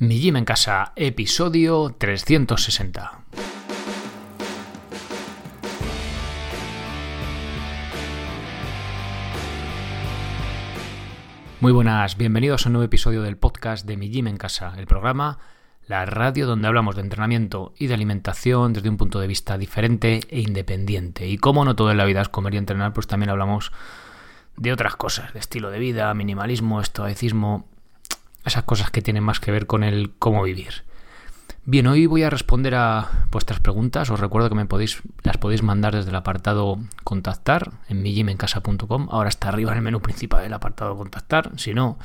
Mi Gym en Casa, episodio 360. Muy buenas, bienvenidos a un nuevo episodio del podcast de Mi Gym en Casa, el programa, la radio donde hablamos de entrenamiento y de alimentación desde un punto de vista diferente e independiente. Y como no todo en la vida es comer y entrenar, pues también hablamos de otras cosas, de estilo de vida, minimalismo, estoicismo, esas cosas que tienen más que ver con el cómo vivir. Bien, hoy voy a responder a vuestras preguntas. Os recuerdo que las podéis mandar desde el apartado contactar en migymencasa.com. Ahora está arriba en el menú principal el apartado contactar. Si no,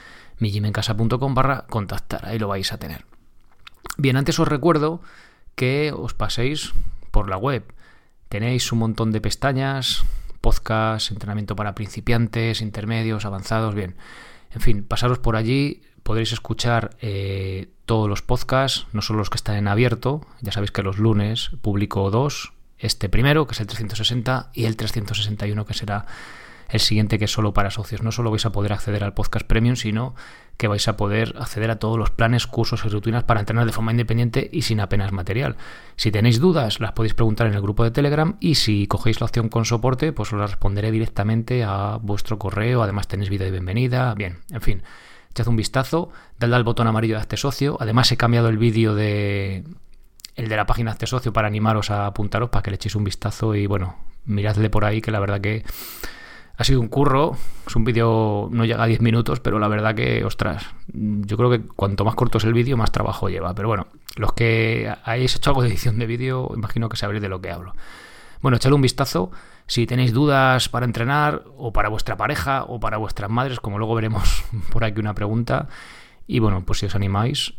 migymencasa.com/contactar. Ahí lo vais a tener. Bien, antes os recuerdo que os paséis por la web. Tenéis un montón de pestañas, podcast, entrenamiento para principiantes, intermedios, avanzados, bien. En fin, pasaros por allí. Podréis escuchar todos los podcasts, no solo los que están en abierto. Ya sabéis que los lunes publico dos. Este primero, que es el 360, y el 361, que será el siguiente, que es solo para socios. No solo vais a poder acceder al podcast premium, sino que vais a poder acceder a todos los planes, cursos y rutinas para entrenar de forma independiente y sin apenas material. Si tenéis dudas, las podéis preguntar en el grupo de Telegram, y si cogéis la opción con soporte, pues os las responderé directamente a vuestro correo. Además tenéis vídeo de bienvenida. Bien, en fin. Echad un vistazo, dadle al botón amarillo de Hazte Socio. Además he cambiado el vídeo el de la página Hazte Socio para animaros a apuntaros, para que le echéis un vistazo y bueno, miradle por ahí, que la verdad que ha sido un curro. Es un vídeo, no llega a 10 minutos, pero la verdad que, ostras, yo creo que cuanto más corto es el vídeo, más trabajo lleva. Pero bueno, los que hayáis hecho algo de edición de vídeo, imagino que sabréis de lo que hablo. Bueno, echadle un vistazo. Si tenéis dudas para entrenar, o para vuestra pareja, o para vuestras madres, como luego veremos por aquí una pregunta. Y bueno, pues si os animáis,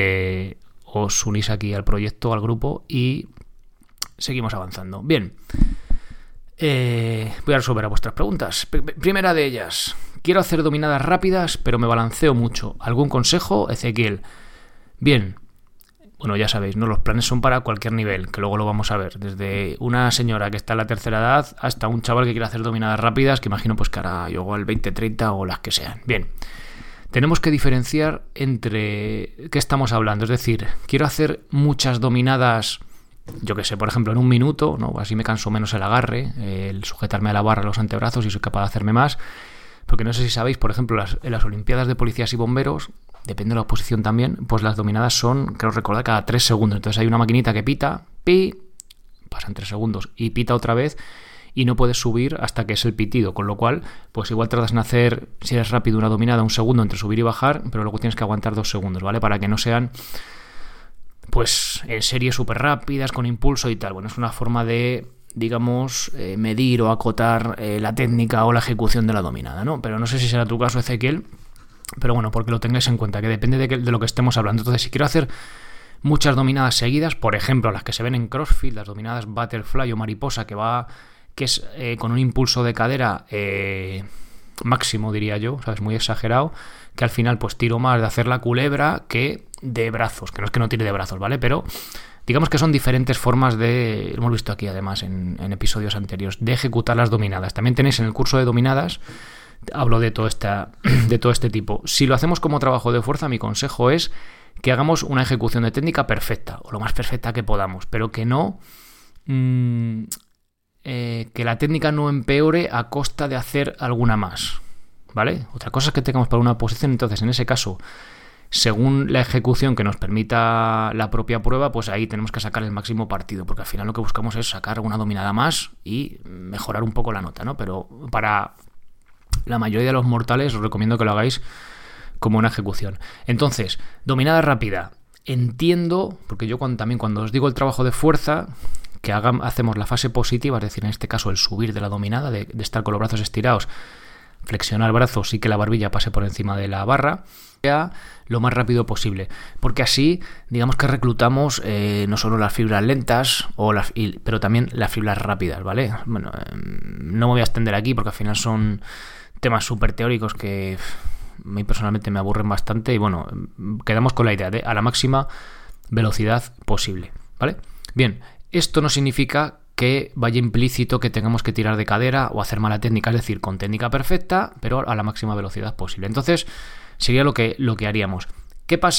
os unís aquí al proyecto, al grupo, y seguimos avanzando. Bien, voy a resolver a vuestras preguntas. Primera de ellas: quiero hacer dominadas rápidas, pero me balanceo mucho. ¿Algún consejo, Ezequiel? Bien. Bueno, ya sabéis, ¿no? Los planes son para cualquier nivel, que luego lo vamos a ver. Desde una señora que está en la tercera edad hasta un chaval que quiere hacer dominadas rápidas, que imagino pues que hará yo al 20-30 o las que sean. Bien, tenemos que diferenciar entre qué estamos hablando. Es decir, quiero hacer muchas dominadas, yo que sé, por ejemplo, en un minuto, ¿no? Así me canso menos el agarre, el sujetarme a la barra, los antebrazos, y soy capaz de hacerme más. Porque no sé si sabéis, por ejemplo, en las Olimpiadas de Policías y Bomberos, depende de la oposición también, pues las dominadas son, creo recordar, cada 3 segundos. Entonces hay una maquinita que pita, pasan 3 segundos y pita otra vez, y no puedes subir hasta que es el pitido. Con lo cual, pues igual tratas de hacer, si eres rápido, una dominada un segundo entre subir y bajar, pero luego tienes que aguantar 2 segundos, ¿vale? Para que no sean, pues, en series súper rápidas, con impulso y tal. Bueno, es una forma de, digamos, medir o acotar la técnica o la ejecución de la dominada, ¿no? Pero no sé si será tu caso, Ezequiel. Pero bueno, porque lo tengáis en cuenta, que depende de lo que estemos hablando. Entonces, si quiero hacer muchas dominadas seguidas, por ejemplo, las que se ven en CrossFit, las dominadas Butterfly o Mariposa, que es con un impulso de cadera máximo, diría yo, ¿sabes? Muy exagerado, que al final pues tiro más de hacer la culebra que de brazos, que no es que no tire de brazos, ¿vale? Pero digamos que son diferentes formas de, hemos visto aquí además en episodios anteriores, de ejecutar las dominadas. También tenéis en el curso de dominadas, hablo de todo este tipo. Si lo hacemos como trabajo de fuerza, mi consejo es que hagamos una ejecución de técnica perfecta, o lo más perfecta que podamos, pero que no que la técnica no empeore a costa de hacer alguna más, ¿vale? Otra cosa es que tengamos para una posición. Entonces, en ese caso, según la ejecución que nos permita la propia prueba, pues ahí tenemos que sacar el máximo partido, porque al final lo que buscamos es sacar una dominada más y mejorar un poco la nota, ¿no? Pero para la mayoría de los mortales os recomiendo que lo hagáis como una ejecución. Entonces, dominada rápida. Entiendo, porque yo cuando os digo el trabajo de fuerza, que hacemos la fase positiva, es decir, en este caso el subir de la dominada, de estar con los brazos estirados, flexionar brazos y que la barbilla pase por encima de la barra, sea lo más rápido posible, porque así digamos que reclutamos no solo las fibras lentas pero también las fibras rápidas, ¿vale? Bueno, no me voy a extender aquí porque al final son temas súper teóricos que a mí personalmente me aburren bastante, y bueno, quedamos con la idea de a la máxima velocidad posible, ¿vale? Bien, esto no significa que vaya implícito que tengamos que tirar de cadera o hacer mala técnica, es decir, con técnica perfecta, pero a la máxima velocidad posible. Entonces, sería lo que haríamos. ¿Qué pasa?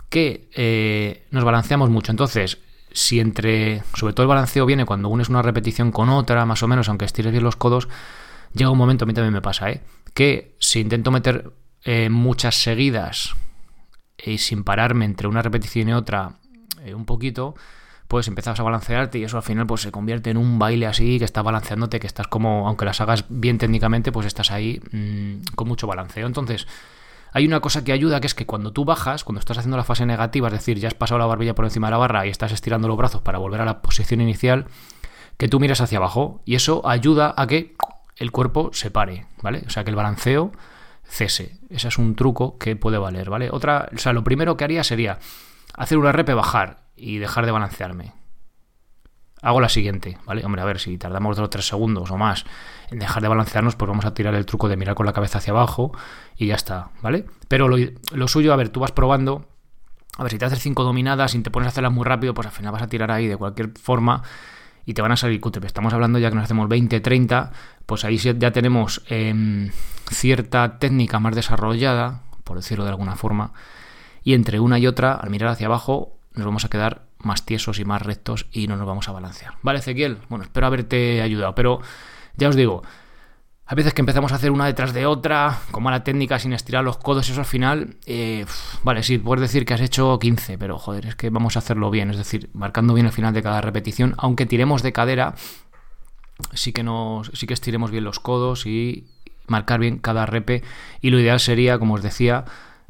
que nos balanceamos mucho. Entonces, si sobre todo el balanceo viene cuando unes una repetición con otra, más o menos, aunque estires bien los codos, llega un momento, a mí también me pasa, que si intento meter muchas seguidas y sin pararme entre una repetición y otra un poquito, pues empiezas a balancearte y eso al final pues se convierte en un baile así, que estás balanceándote, que estás como, aunque las hagas bien técnicamente, pues estás ahí con mucho balanceo. Entonces, hay una cosa que ayuda, que es que cuando tú bajas, cuando estás haciendo la fase negativa, es decir, ya has pasado la barbilla por encima de la barra y estás estirando los brazos para volver a la posición inicial, que tú miras hacia abajo, y eso ayuda a que el cuerpo se pare, ¿vale? O sea, que el balanceo cese. Ese es un truco que puede valer, ¿vale? Lo primero que haría sería hacer una rep, bajar y dejar de balancearme. Hago la siguiente, ¿vale? Hombre, a ver, si tardamos 2 o 3 segundos o más en dejar de balancearnos, pues vamos a tirar el truco de mirar con la cabeza hacia abajo y ya está, ¿vale? Pero lo suyo, a ver, tú vas probando, a ver, si te haces 5 dominadas y te pones a hacerlas muy rápido, pues al final vas a tirar ahí de cualquier forma y te van a salir cutre. Estamos hablando ya que nos hacemos 20, 30, pues ahí ya tenemos cierta técnica más desarrollada, por decirlo de alguna forma, y entre una y otra, al mirar hacia abajo, nos vamos a quedar más tiesos y más rectos y no nos vamos a balancear. Vale, Ezequiel, bueno, espero haberte ayudado, pero ya os digo, a veces que empezamos a hacer una detrás de otra, con mala técnica, sin estirar los codos, eso al final, vale, sí, puedes decir que has hecho 15, pero joder, es que vamos a hacerlo bien, es decir, marcando bien el final de cada repetición, aunque tiremos de cadera, sí que estiremos bien los codos y marcar bien cada repe, y lo ideal sería, como os decía,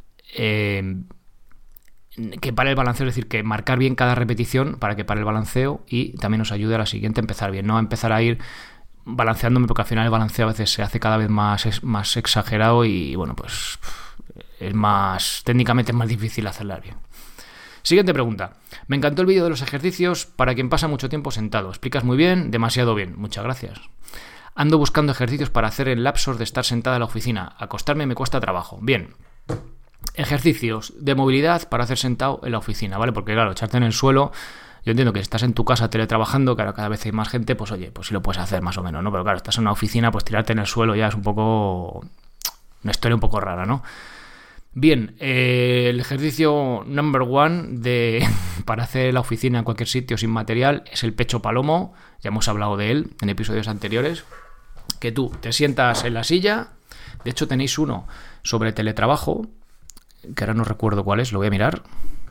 que pare el balanceo, es decir, que marcar bien cada repetición para que pare el balanceo y también nos ayude a la siguiente a empezar bien, no a empezar a ir balanceándome, porque al final el balanceo a veces se hace cada vez más exagerado y bueno, pues técnicamente es más difícil hacerla bien. Siguiente pregunta. Me encantó el vídeo de los ejercicios para quien pasa mucho tiempo sentado. Explicas muy bien, demasiado bien. Muchas gracias. Ando buscando ejercicios para hacer en lapsos de estar sentada en la oficina. Acostarme me cuesta trabajo. Bien. Ejercicios de movilidad para hacer sentado en la oficina, ¿vale? Porque claro, echarte en el suelo, yo entiendo que si estás en tu casa teletrabajando, claro, cada vez hay más gente, pues oye, pues sí lo puedes hacer más o menos, ¿no? Pero claro, estás en una oficina, pues tirarte en el suelo ya es un poco una historia un poco rara, ¿no? Bien, el ejercicio number one para hacer la oficina en cualquier sitio sin material es el pecho palomo. Ya hemos hablado de él en episodios anteriores. Que tú te sientas en la silla. De hecho, tenéis uno sobre teletrabajo, que ahora no recuerdo cuál es, lo voy a mirar.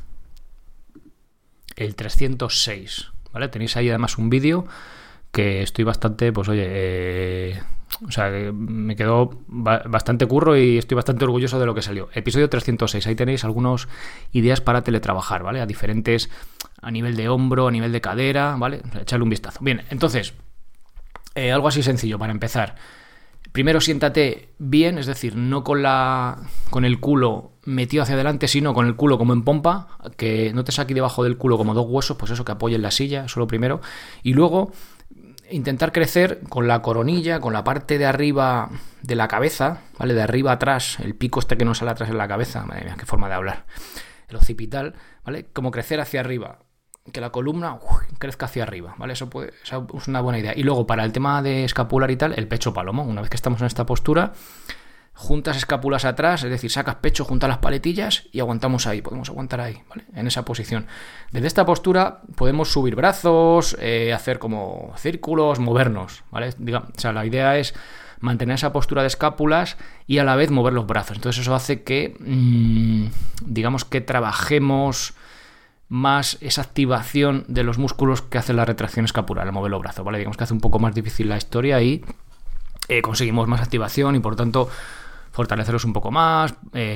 El 306, ¿vale? Tenéis ahí además un vídeo que estoy bastante, pues oye, o sea, me quedó bastante curro y estoy bastante orgulloso de lo que salió. Episodio 306, ahí tenéis algunas ideas para teletrabajar, ¿vale? A nivel de hombro, a nivel de cadera, ¿vale? O sea, echarle un vistazo. Bien, entonces, algo así sencillo para empezar. Primero siéntate bien, es decir, no con el culo metido hacia adelante, sino con el culo como en pompa, que no te saque debajo del culo como 2 huesos, pues eso, que apoye en la silla, eso lo primero. Y luego intentar crecer con la coronilla, con la parte de arriba de la cabeza, ¿vale? De arriba atrás, el pico este que nos sale atrás en la cabeza, madre mía, qué forma de hablar, el occipital, ¿vale? Como crecer hacia arriba, que la columna crezca hacia arriba, ¿vale? Esa es una buena idea. Y luego, para el tema de escapular y tal, el pecho palomo. Una vez que estamos en esta postura, juntas escápulas atrás, es decir, sacas pecho, juntas las paletillas y aguantamos ahí. Podemos aguantar ahí, ¿vale? En esa posición. Desde esta postura podemos subir brazos, hacer como círculos, movernos, ¿vale? O sea, la idea es mantener esa postura de escápulas y a la vez mover los brazos. Entonces eso hace que, digamos que trabajemos más esa activación de los músculos que hace la retracción escapular, el mover los brazos, ¿vale? Digamos que hace un poco más difícil la historia y conseguimos más activación y por tanto fortalecerlos un poco más,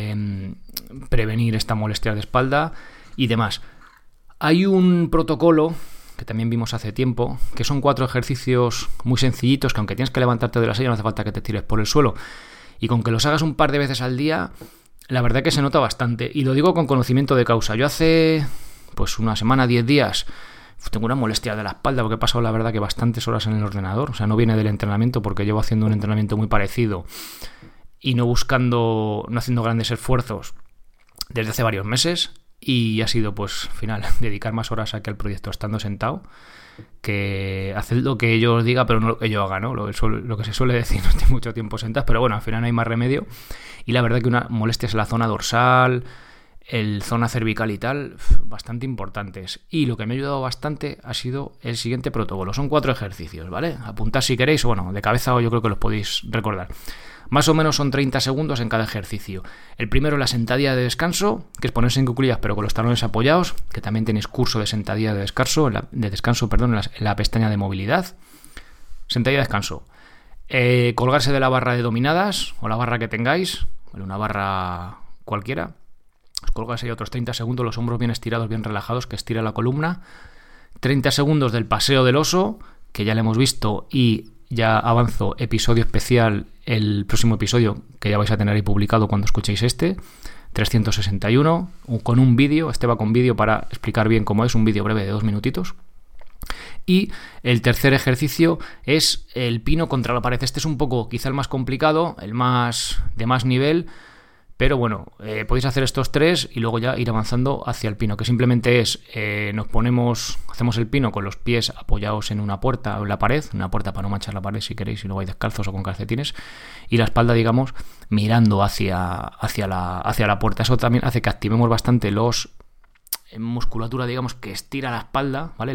prevenir esta molestia de espalda y demás. Hay un protocolo que también vimos hace tiempo, que son 4 ejercicios muy sencillitos que aunque tienes que levantarte de la silla no hace falta que te tires por el suelo y con que los hagas un par de veces al día, la verdad que se nota bastante y lo digo con conocimiento de causa. Yo hace pues una semana, 10 días, tengo una molestia de la espalda porque he pasado la verdad que bastantes horas en el ordenador, o sea, no viene del entrenamiento porque llevo haciendo un entrenamiento muy parecido y no haciendo grandes esfuerzos desde hace varios meses y ha sido pues al final dedicar más horas aquí al proyecto estando sentado que hacer lo que yo os diga pero no lo que yo haga, ¿no? Lo que se suele decir, no estoy mucho tiempo sentado, pero bueno, al final no hay más remedio y la verdad que una molestia es en la zona dorsal, zona cervical y tal, bastante importantes. Y lo que me ha ayudado bastante ha sido el siguiente protocolo. Son 4 ejercicios, ¿vale? Apuntad si queréis, bueno, de cabeza yo creo que los podéis recordar. Más o menos son 30 segundos en cada ejercicio. El primero es la sentadilla de descanso, que es ponerse en cuclillas pero con los talones apoyados, que también tenéis curso de sentadilla de descanso, en la pestaña de movilidad. Sentadilla de descanso. Colgarse de la barra de dominadas, o la barra que tengáis, ¿vale? Una barra cualquiera. Os colgáis ahí otros 30 segundos, los hombros bien estirados, bien relajados, que estira la columna. 30 segundos del paseo del oso, que ya lo hemos visto, y ya avanzo episodio especial, el próximo episodio que ya vais a tener ahí publicado cuando escuchéis 361, con un vídeo. Este va con vídeo para explicar bien cómo es, un vídeo breve de 2 minutitos. Y el tercer ejercicio es el pino contra la pared. Este es un poco, quizá el más complicado, el más de más nivel, pero bueno, podéis hacer estos 3 y luego ya ir avanzando hacia el pino, que simplemente es, hacemos el pino con los pies apoyados en una puerta o en la pared, una puerta para no manchar la pared si queréis, y luego vais descalzos o con calcetines, y la espalda, digamos, mirando hacia la puerta. Eso también hace que activemos bastante musculatura, digamos, que estira la espalda, ¿vale?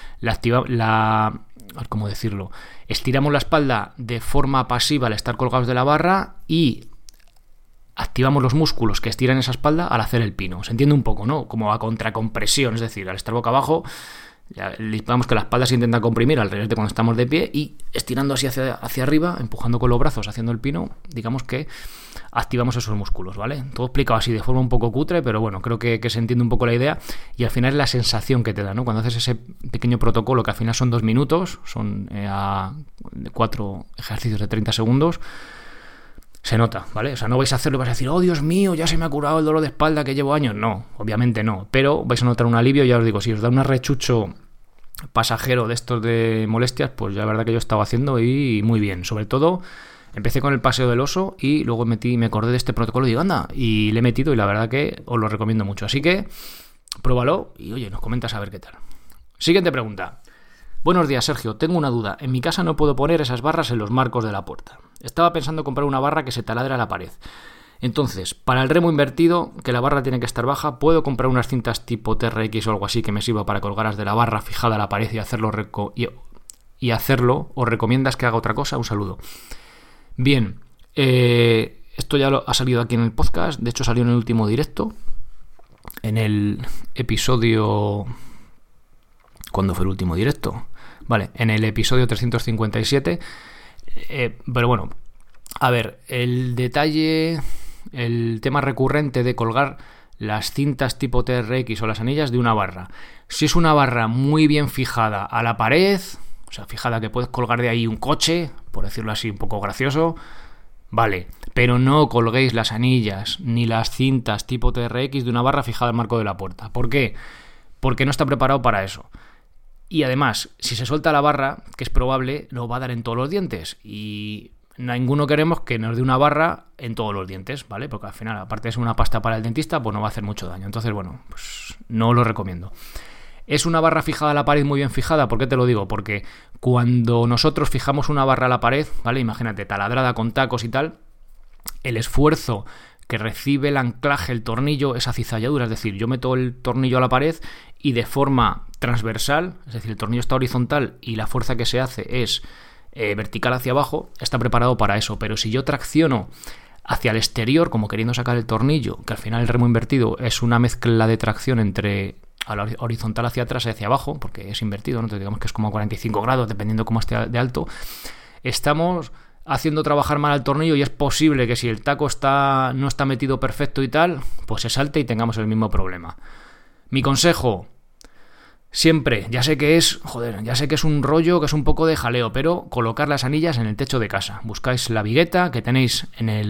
¿Cómo decirlo? Estiramos la espalda de forma pasiva al estar colgados de la barra y activamos los músculos que estiran esa espalda al hacer el pino. Se entiende un poco, ¿no? Como a contracompresión, es decir, al estar boca abajo, digamos que la espalda se intenta comprimir al revés de cuando estamos de pie, y estirando así hacia arriba, empujando con los brazos, haciendo el pino, digamos que activamos esos músculos, ¿vale? Todo explicado así de forma un poco cutre, pero bueno, creo que se entiende un poco la idea, y al final es la sensación que te da, ¿no? Cuando haces ese pequeño protocolo, que al final son 2 minutos, son 4 ejercicios de 30 segundos, se nota, ¿vale? O sea, no vais a hacerlo y vais a decir, oh Dios mío, ya se me ha curado el dolor de espalda que llevo años. No, obviamente no, pero vais a notar un alivio. Ya os digo, si os da un arrechucho pasajero de estos de molestias, pues ya la verdad que yo estaba haciendo y muy bien. Sobre todo, empecé con el paseo del oso y luego me acordé de este protocolo y digo, anda, y le he metido, y la verdad que os lo recomiendo mucho. Así que, pruébalo y oye, nos comentas a ver qué tal. Siguiente pregunta. Buenos días, Sergio. Tengo una duda. En mi casa no puedo poner esas barras en los marcos de la puerta. Estaba pensando comprar una barra que se taladra a la pared. Entonces, para el remo invertido, que la barra tiene que estar baja, ¿puedo comprar unas cintas tipo TRX o algo así que me sirva para colgarlas de la barra fijada a la pared y hacerlo? ¿O recomiendas que haga otra cosa? Un saludo. Bien, esto ya ha salido aquí en el podcast. De hecho, salió en el último directo. En el episodio... ¿Cuándo fue el último directo? Vale, en el episodio 357. Pero bueno, a ver, el detalle, el tema recurrente de colgar las cintas tipo TRX o las anillas de una barra. Si es una barra muy bien fijada a la pared, o sea, fijada que puedes colgar de ahí un coche, por decirlo así, un poco gracioso, vale, pero no colguéis las anillas ni las cintas tipo TRX de una barra fijada al marco de la puerta. ¿Por qué? Porque no está preparado para eso. Y además, si se suelta la barra, que es probable, lo va a dar en todos los dientes. Y ninguno queremos que nos dé una barra en todos los dientes, ¿vale? Porque al final, aparte de ser una pasta para el dentista, pues no va a hacer mucho daño. Entonces, bueno, pues no lo recomiendo. ¿Es una barra fijada a la pared muy bien fijada? ¿Por qué te lo digo? Porque cuando nosotros fijamos una barra a la pared, ¿vale? Imagínate, taladrada con tacos y tal, el esfuerzo que recibe el anclaje, el tornillo, es a cizalladura. Es decir, yo meto el tornillo a la pared y de forma transversal, es decir, el tornillo está horizontal y la fuerza que se hace es vertical hacia abajo, está preparado para eso. Pero si yo tracciono hacia el exterior, como queriendo sacar el tornillo, que al final el remo invertido es una mezcla de tracción entre a la horizontal hacia atrás y hacia abajo, porque es invertido, ¿no? Entonces digamos que es como a 45 grados, dependiendo cómo esté de alto, estamos haciendo trabajar mal al tornillo y es posible que si el taco no está metido perfecto y tal, pues se salte y tengamos el mismo problema. Mi consejo, siempre, ya sé que es un rollo, que es un poco de jaleo, pero colocar las anillas en el techo de casa. Buscáis la vigueta que tenéis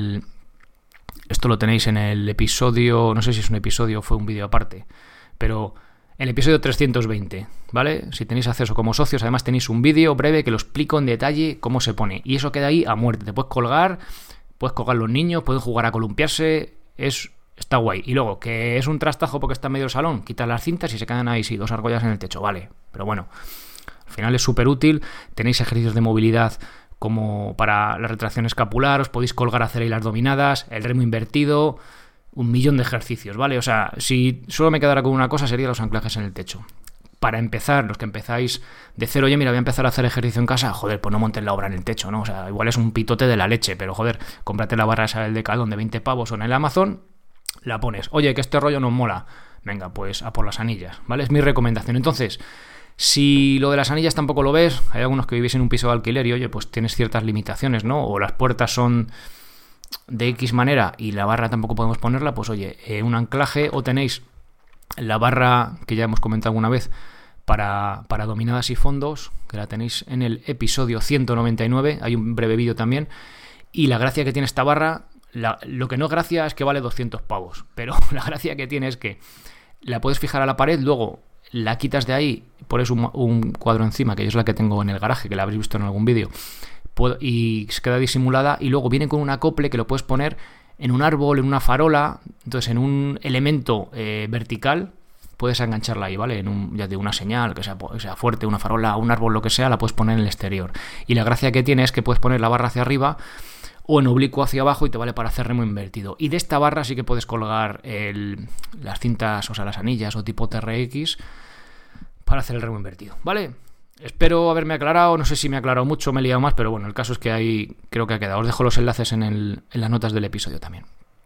esto lo tenéis en el episodio, no sé si es un episodio o fue un vídeo aparte, pero en el episodio 320, ¿vale? Si tenéis acceso como socios, además tenéis un vídeo breve que lo explico en detalle cómo se pone. Y eso queda ahí a muerte. Te puedes colgar los niños, pueden jugar a columpiarse, está guay. Y luego, que es un trastajo porque está en medio del salón, quitas las cintas y se quedan ahí, sí, 2 argollas en el techo, vale. Pero bueno, al final es súper útil. Tenéis ejercicios de movilidad como para la retracción escapular, os podéis colgar a hacer ahí las dominadas, el remo invertido. un millón de ejercicios, ¿vale? O sea, si solo me quedara con una cosa sería los anclajes en el techo. Para empezar, los que empezáis de cero, oye, mira, voy a empezar a hacer ejercicio en casa, joder, pues no montes la obra en el techo, ¿no? O sea, igual es un pitote de la leche, pero joder, cómprate la barra esa del Decathlon de 20 pavos o en el Amazon, la pones. Oye, que este rollo nos mola. Venga, pues a por las anillas, ¿vale? Es mi recomendación. Entonces, si lo de las anillas tampoco lo ves, hay algunos que vivís en un piso de alquiler y, oye, pues tienes ciertas limitaciones, ¿no? O las puertas son de X manera y la barra tampoco podemos ponerla, pues oye, un anclaje, o tenéis la barra que ya hemos comentado alguna vez para dominadas y fondos, que la tenéis en el episodio 199, hay un breve vídeo también, y la gracia que tiene esta barra, lo que no es gracia es que vale 200 pavos, pero la gracia que tiene es que la puedes fijar a la pared, luego la quitas de ahí, pones un cuadro encima, que yo es la que tengo en el garaje, que la habréis visto en algún vídeo, y se queda disimulada, y luego viene con un acople que lo puedes poner en un árbol, en una farola, entonces en un elemento vertical puedes engancharla ahí, ¿vale? Ya de una señal, que sea fuerte, una farola, un árbol, lo que sea, la puedes poner en el exterior. Y la gracia que tiene es que puedes poner la barra hacia arriba o en oblicuo hacia abajo y te vale para hacer remo invertido. Y de esta barra sí que puedes colgar las cintas, o sea, las anillas o tipo TRX para hacer el remo invertido, ¿vale? Espero haberme aclarado, no sé si me he aclarado mucho, me he liado más, pero bueno, el caso es que ahí creo que ha quedado. Os dejo los enlaces en las notas del episodio también.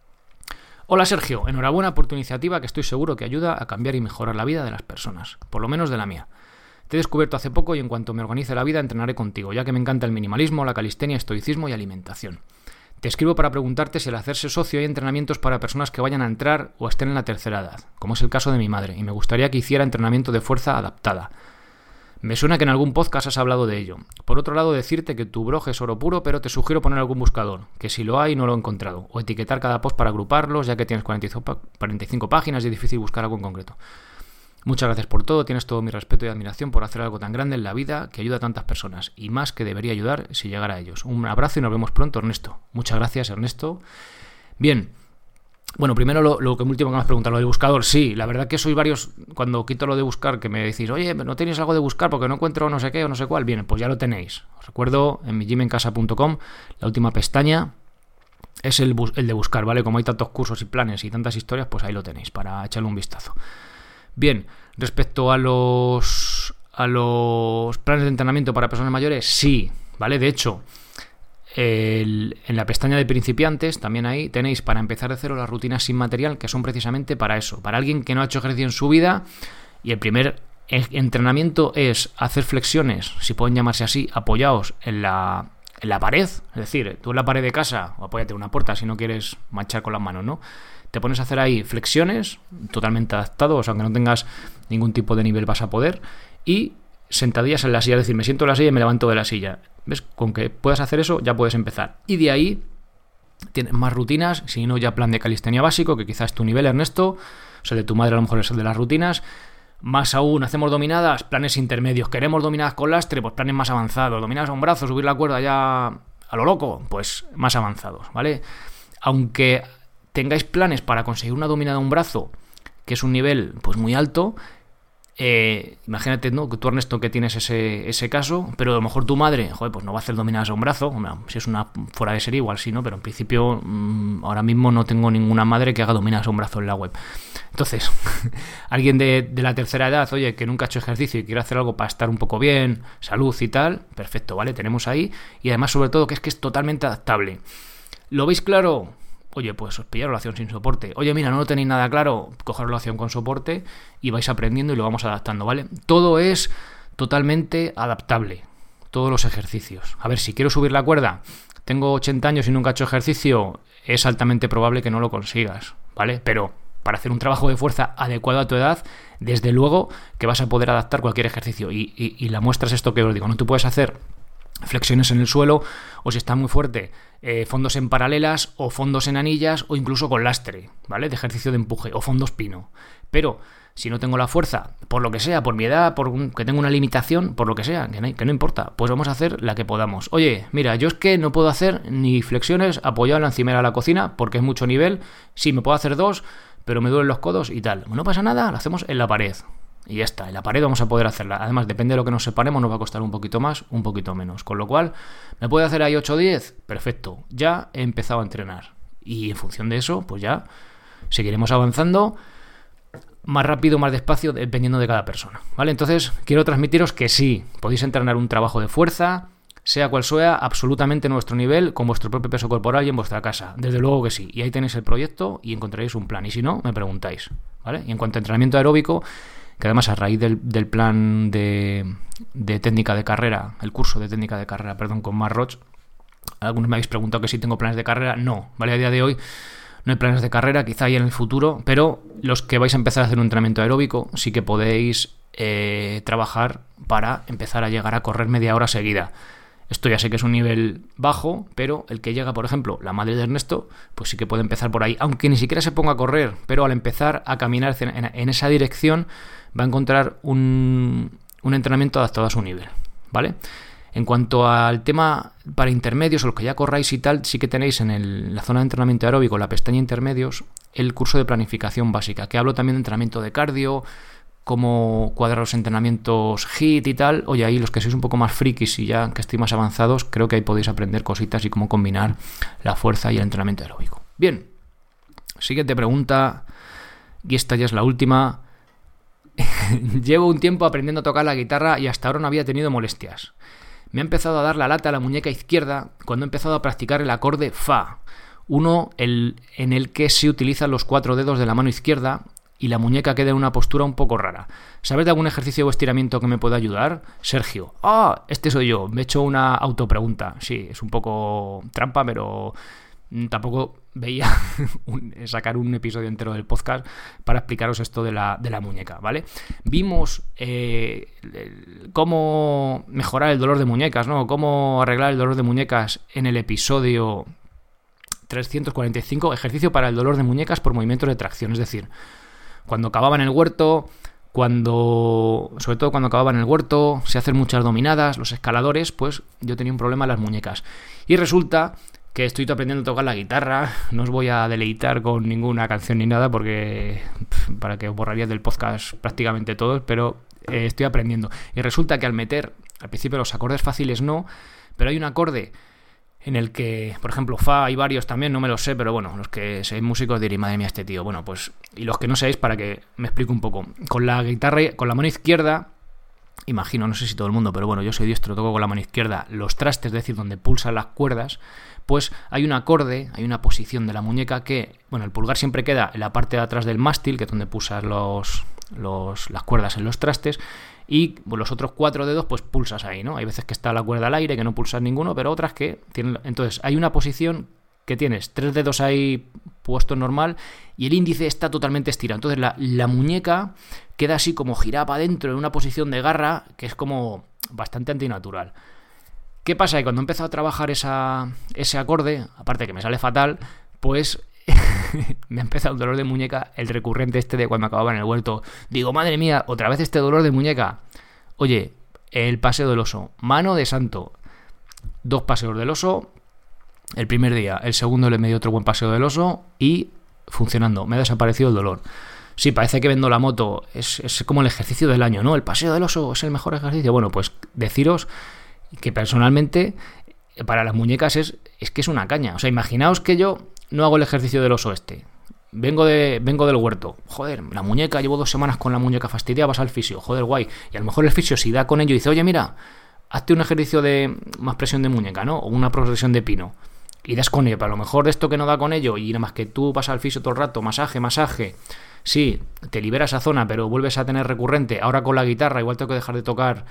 Hola Sergio, enhorabuena por tu iniciativa que estoy seguro que ayuda a cambiar y mejorar la vida de las personas, por lo menos de la mía. Te he descubierto hace poco y en cuanto me organice la vida entrenaré contigo, ya que me encanta el minimalismo, la calistenia, estoicismo y alimentación. Te escribo para preguntarte si al hacerse socio hay entrenamientos para personas que vayan a entrar o estén en la tercera edad, como es el caso de mi madre, y me gustaría que hiciera entrenamiento de fuerza adaptada. Me suena que en algún podcast has hablado de ello. Por otro lado, decirte que tu blog es oro puro, pero te sugiero poner algún buscador, que si lo hay no lo he encontrado, o etiquetar cada post para agruparlos, ya que tienes 45 páginas y es difícil buscar algo en concreto. Muchas gracias por todo, tienes todo mi respeto y admiración por hacer algo tan grande en la vida que ayuda a tantas personas, y más que debería ayudar si llegara a ellos. Un abrazo y nos vemos pronto, Ernesto. Muchas gracias, Ernesto. Bien. Bueno, primero lo último que me has preguntado, lo del buscador. Sí, la verdad que sois varios, cuando quito lo de buscar, que me decís, oye, ¿no tenéis algo de buscar porque no encuentro no sé qué o no sé cuál? Bien, pues ya lo tenéis. Os recuerdo, en mi gymencasa.com, la última pestaña es el de buscar, ¿vale? Como hay tantos cursos y planes y tantas historias, pues ahí lo tenéis para echarle un vistazo. Bien, respecto a los planes de entrenamiento para personas mayores, sí, ¿vale? De hecho, en la pestaña de principiantes, también ahí tenéis para empezar de cero las rutinas sin material, que son precisamente para eso, para alguien que no ha hecho ejercicio en su vida, y el primer entrenamiento es hacer flexiones, si pueden llamarse así, apoyados en la pared, es decir, tú en la pared de casa, o apóyate en una puerta si no quieres manchar con las manos, ¿no? Te pones a hacer ahí flexiones, totalmente adaptados, o sea, aunque no tengas ningún tipo de nivel vas a poder, y sentadillas en la silla, es decir, me siento en la silla y me levanto de la silla. ¿Ves? Con que puedas hacer eso ya puedes empezar. Y de ahí tienes más rutinas, si no ya plan de calistenia básico, que quizás es tu nivel, Ernesto, o sea, de tu madre a lo mejor es el de las rutinas. Más aún, hacemos dominadas, planes intermedios. Queremos dominadas con lastre, pues planes más avanzados. Dominadas a un brazo, subir la cuerda ya a lo loco, pues más avanzados, ¿vale? Aunque tengáis planes para conseguir una dominada a un brazo, que es un nivel pues muy alto, imagínate, ¿no? Que tú, Ernesto, que tienes ese caso, pero a lo mejor tu madre, joder, pues no va a hacer dominadas a un brazo. Si es una fuera de serie igual sí, ¿no? Pero en principio ahora mismo no tengo ninguna madre que haga dominadas a un brazo en la web. Entonces, alguien de la tercera edad, oye, que nunca ha hecho ejercicio y quiere hacer algo para estar un poco bien, salud y tal, perfecto, ¿vale? Tenemos ahí, y además sobre todo que es totalmente adaptable. ¿Lo veis claro? Oye, pues os pillaros la acción sin soporte. Oye, mira, no lo tenéis nada claro, cogeros la acción con soporte y vais aprendiendo y lo vamos adaptando, ¿vale? Todo es totalmente adaptable, todos los ejercicios. A ver, si quiero subir la cuerda, tengo 80 años y nunca he hecho ejercicio, es altamente probable que no lo consigas, ¿vale? Pero para hacer un trabajo de fuerza adecuado a tu edad, desde luego que vas a poder adaptar cualquier ejercicio. Y la muestra es esto que os digo, no tú puedes hacer flexiones en el suelo, o si está muy fuerte, fondos en paralelas o fondos en anillas o incluso con lastre, ¿vale? De ejercicio de empuje o fondos pino. Pero si no tengo la fuerza, por lo que sea, por mi edad, que tengo una limitación, por lo que sea, que no importa, pues vamos a hacer la que podamos. Oye, mira, yo es que no puedo hacer ni flexiones apoyado en la encimera de la cocina porque es mucho nivel. Sí, me puedo hacer 2, pero me duelen los codos y tal. No pasa nada, lo hacemos en la pared. Y ya está, en la pared vamos a poder hacerla. Además, depende de lo que nos separemos, nos va a costar un poquito más, un poquito menos. Con lo cual, ¿me puede hacer ahí 8 o 10? Perfecto, ya he empezado a entrenar. Y en función de eso, pues ya Seguiremos avanzando más rápido, más despacio, dependiendo de cada persona, ¿vale? Entonces, quiero transmitiros que sí, podéis entrenar un trabajo de fuerza, sea cual sea, absolutamente a nuestro nivel, con vuestro propio peso corporal y en vuestra casa. Desde luego que sí. Y ahí tenéis el proyecto y encontraréis un plan. Y si no, me preguntáis, ¿vale? Y en cuanto a entrenamiento aeróbico, que además a raíz del plan de técnica de carrera, el curso de técnica de carrera, con Mark Roach, algunos me habéis preguntado que si tengo planes de carrera. No, ¿vale? A día de hoy no hay planes de carrera, quizá hay en el futuro, pero los que vais a empezar a hacer un entrenamiento aeróbico sí que podéis trabajar para empezar a llegar a correr media hora seguida. Esto ya sé que es un nivel bajo, pero el que llega, por ejemplo, la madre de Ernesto, pues sí que puede empezar por ahí, aunque ni siquiera se ponga a correr, pero al empezar a caminar en esa dirección va a encontrar un entrenamiento adaptado a su nivel, ¿vale? En cuanto al tema para intermedios, o los que ya corráis y tal, sí que tenéis en la zona de entrenamiento aeróbico, la pestaña intermedios, el curso de planificación básica, que hablo también de entrenamiento de cardio, cómo cuadrar los entrenamientos HIIT y tal. Oye, ahí los que sois un poco más frikis y ya que estéis más avanzados, creo que ahí podéis aprender cositas y cómo combinar la fuerza y el entrenamiento aeróbico. Bien, siguiente pregunta, y esta ya es la última. Llevo un tiempo aprendiendo a tocar la guitarra y hasta ahora no había tenido molestias. Me ha empezado a dar la lata a la muñeca izquierda cuando he empezado a practicar el acorde Fa, en el que se utilizan los 4 dedos de la mano izquierda y la muñeca queda en una postura un poco rara. ¿Sabes de algún ejercicio o estiramiento que me pueda ayudar? Sergio. Este soy yo. Me he hecho una autopregunta. Sí, es un poco trampa, pero tampoco veía sacar un episodio entero del podcast para explicaros esto de la muñeca, ¿vale? Vimos cómo mejorar el dolor de muñecas, ¿no? Cómo arreglar el dolor de muñecas en el episodio 345, ejercicio para el dolor de muñecas por movimientos de tracción. Es decir, cuando acababa en el huerto, sobre todo cuando acababa en el huerto, se hacen muchas dominadas, los escaladores, pues yo tenía un problema en las muñecas. Y resulta que estoy aprendiendo a tocar la guitarra. No os voy a deleitar con ninguna canción ni nada porque para que os borraría del podcast prácticamente todos, pero estoy aprendiendo. Y resulta que al principio los acordes fáciles no, pero hay un acorde en el que, por ejemplo, Fa, hay varios también, no me los sé, pero bueno, los que seáis músicos diréis, madre mía, este tío. Bueno, pues, y los que no seáis, para que me explique un poco. Con la guitarra, con la mano izquierda, imagino, no sé si todo el mundo, pero bueno, yo soy diestro, toco con la mano izquierda los trastes, es decir, donde pulsan las cuerdas, pues hay un acorde, hay una posición de la muñeca que, bueno, el pulgar siempre queda en la parte de atrás del mástil, que es donde pulsas las cuerdas en los trastes, y los otros 4 dedos pues pulsas ahí, ¿no? Hay veces que está la cuerda al aire, que no pulsas ninguno, pero otras que tienen... Entonces hay una posición que tienes 3 dedos ahí puesto normal y el índice está totalmente estirado. Entonces la muñeca queda así como girada para adentro en una posición de garra que es como bastante antinatural. ¿Qué pasa? Que cuando he empezado a trabajar ese acorde, aparte que me sale fatal, pues me ha empezado el dolor de muñeca, el recurrente de cuando acababa en el huerto. Digo, madre mía, otra vez este dolor de muñeca. Oye, el paseo del oso, mano de santo, 2 paseos del oso, el primer día, el segundo le me dio otro buen paseo del oso y funcionando, me ha desaparecido el dolor. Sí, parece que vendo la moto, es como el ejercicio del año, ¿no? El paseo del oso es el mejor ejercicio. Bueno, pues deciros que personalmente para las muñecas es que es una caña. O sea, imaginaos que yo no hago el ejercicio del oso este. Vengo del huerto. Joder, la muñeca, llevo 2 semanas con la muñeca fastidiada, vas al fisio. Joder, guay. Y a lo mejor el fisio si da con ello y dice, oye, mira, hazte un ejercicio de más presión de muñeca, ¿no? O una progresión de pino. Y das con ello. Pero a lo mejor esto que no da con ello y nada más que tú vas al fisio todo el rato, masaje. Sí, te libera esa zona, pero vuelves a tener recurrente. Ahora con la guitarra igual tengo que dejar de tocar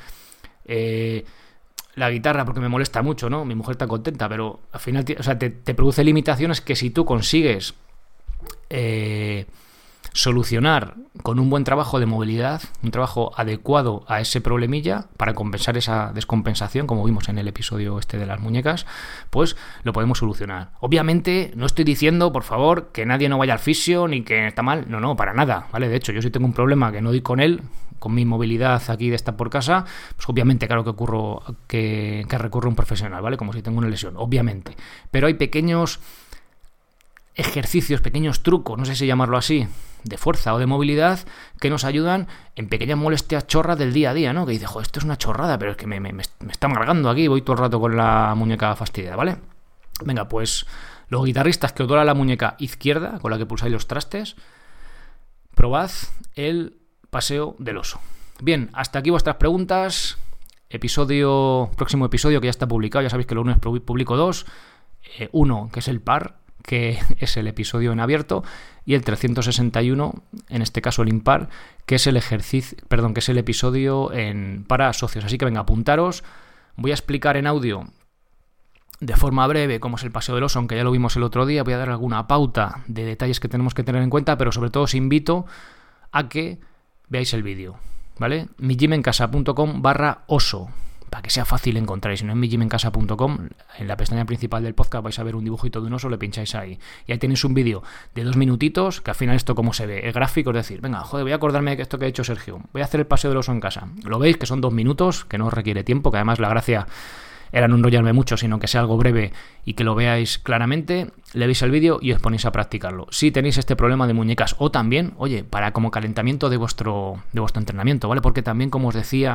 la guitarra porque me molesta mucho, ¿no? Mi mujer está contenta, pero al final te produce limitaciones que si tú consigues solucionar con un buen trabajo de movilidad, un trabajo adecuado a ese problemilla para compensar esa descompensación, como vimos en el episodio de las muñecas, pues lo podemos solucionar. Obviamente no estoy diciendo, por favor, que nadie no vaya al fisio ni que está mal, no, para nada, ¿vale? De hecho, yo si tengo un problema que no doy con él, con mi movilidad aquí de estar por casa, pues obviamente claro que recurro a un profesional, ¿vale? Como si tengo una lesión, obviamente. Pero hay pequeños ejercicios, pequeños trucos, no sé si llamarlo así, de fuerza o de movilidad, que nos ayudan en pequeñas molestias chorras del día a día, ¿no? Que dice, joder, esto es una chorrada, pero es que me está amargando aquí, voy todo el rato con la muñeca fastidiada, ¿vale? Venga, pues Los guitarristas que os duela la muñeca izquierda, con la que pulsáis los trastes, probad el paseo del oso. Bien, hasta aquí vuestras preguntas. Próximo episodio que ya está publicado. Ya sabéis que los lunes publico 2. Uno, que es el par, que es el episodio en abierto, y el 361, en este caso el impar, que es el episodio para socios. Así que venga, apuntaros. Voy a explicar en audio de forma breve cómo es el paseo del oso, aunque ya lo vimos el otro día. Voy a dar alguna pauta de detalles que tenemos que tener en cuenta, pero sobre todo os invito a que veáis el vídeo, ¿vale? migymencasa.com/oso, para que sea fácil encontrar. Y si no, en migymencasa.com, en la pestaña principal del podcast vais a ver un dibujito de un oso, le pincháis ahí. Y ahí tenéis un vídeo de 2 minutitos, que al final esto cómo se ve, es gráfico, es decir, venga, joder, voy a acordarme de esto que ha dicho Sergio. Voy a hacer el paseo del oso en casa. Lo veis, que son 2 minutos, que no os requiere tiempo, que además la gracia era no enrollarme mucho, sino que sea algo breve y que lo veáis claramente. Le veis el vídeo y os ponéis a practicarlo. Si tenéis este problema de muñecas, o también, oye, para como calentamiento de vuestro entrenamiento, ¿vale? Porque también, como os decía,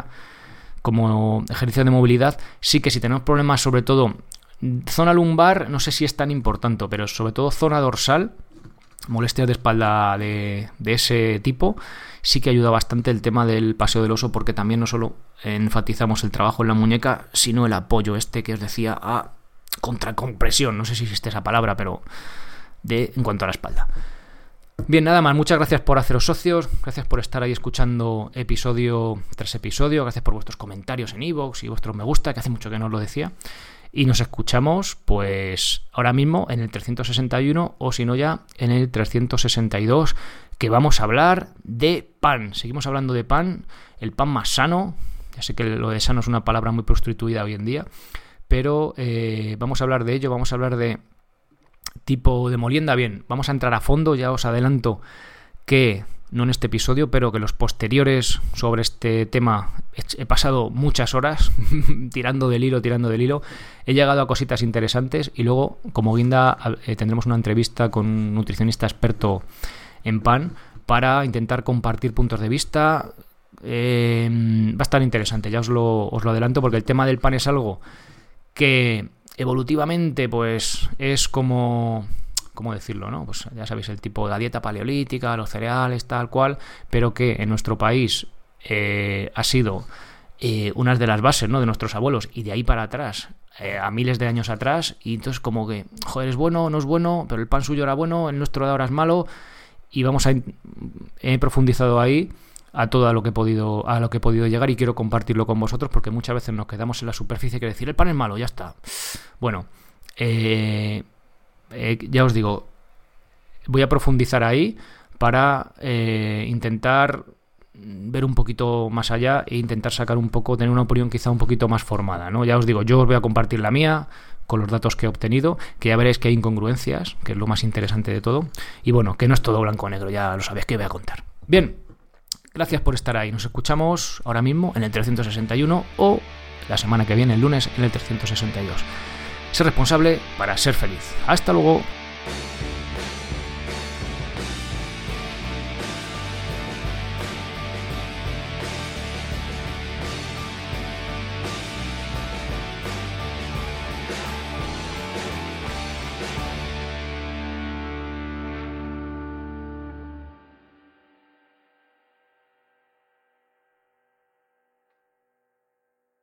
como ejercicio de movilidad, sí que si tenemos problemas, sobre todo zona lumbar, no sé si es tan importante, pero sobre todo zona dorsal, molestias de espalda de ese tipo, sí que ayuda bastante el tema del paseo del oso, porque también no solo enfatizamos el trabajo en la muñeca, sino el apoyo que os decía a contracompresión, no sé si existe esa palabra, pero en cuanto a la espalda. Bien, nada más, muchas gracias por haceros socios, gracias por estar ahí escuchando episodio tras episodio, gracias por vuestros comentarios en iVoox y vuestros me gusta, que hace mucho que no os lo decía. Y nos escuchamos pues ahora mismo en el 361 o si no ya en el 362, que vamos a hablar de pan. Seguimos hablando de pan, el pan más sano. Ya sé que lo de sano es una palabra muy prostituida hoy en día, pero vamos a hablar de ello, vamos a hablar de tipo de molienda. Bien, vamos a entrar a fondo, ya os adelanto que no en este episodio, pero que los posteriores sobre este tema he pasado muchas horas tirando del hilo, he llegado a cositas interesantes y luego como guinda tendremos una entrevista con un nutricionista experto en pan para intentar compartir puntos de vista. Va a estar interesante, ya os lo adelanto, porque el tema del pan es algo que evolutivamente pues es como... ¿Cómo decirlo, no? Pues ya sabéis, el tipo de la dieta paleolítica, los cereales, tal cual, pero que en nuestro país ha sido una de las bases, ¿no?, de nuestros abuelos, y de ahí para atrás, a miles de años atrás, y entonces como que, joder, es bueno, no es bueno, pero el pan suyo era bueno, el nuestro de ahora es malo, y he profundizado ahí a todo lo que he podido llegar, y quiero compartirlo con vosotros, porque muchas veces nos quedamos en la superficie que decir, el pan es malo, ya está. Bueno, ya os digo, voy a profundizar ahí para intentar ver un poquito más allá e intentar tener una opinión quizá un poquito más formada, ¿no? Ya os digo, yo os voy a compartir la mía con los datos que he obtenido, que ya veréis que hay incongruencias, que es lo más interesante de todo, y bueno, que no es todo blanco o negro, ya lo sabéis que voy a contar. Bien, gracias por estar ahí, nos escuchamos ahora mismo en el 361 o la semana que viene, el lunes, en el 362. Ser responsable para ser feliz. Hasta luego.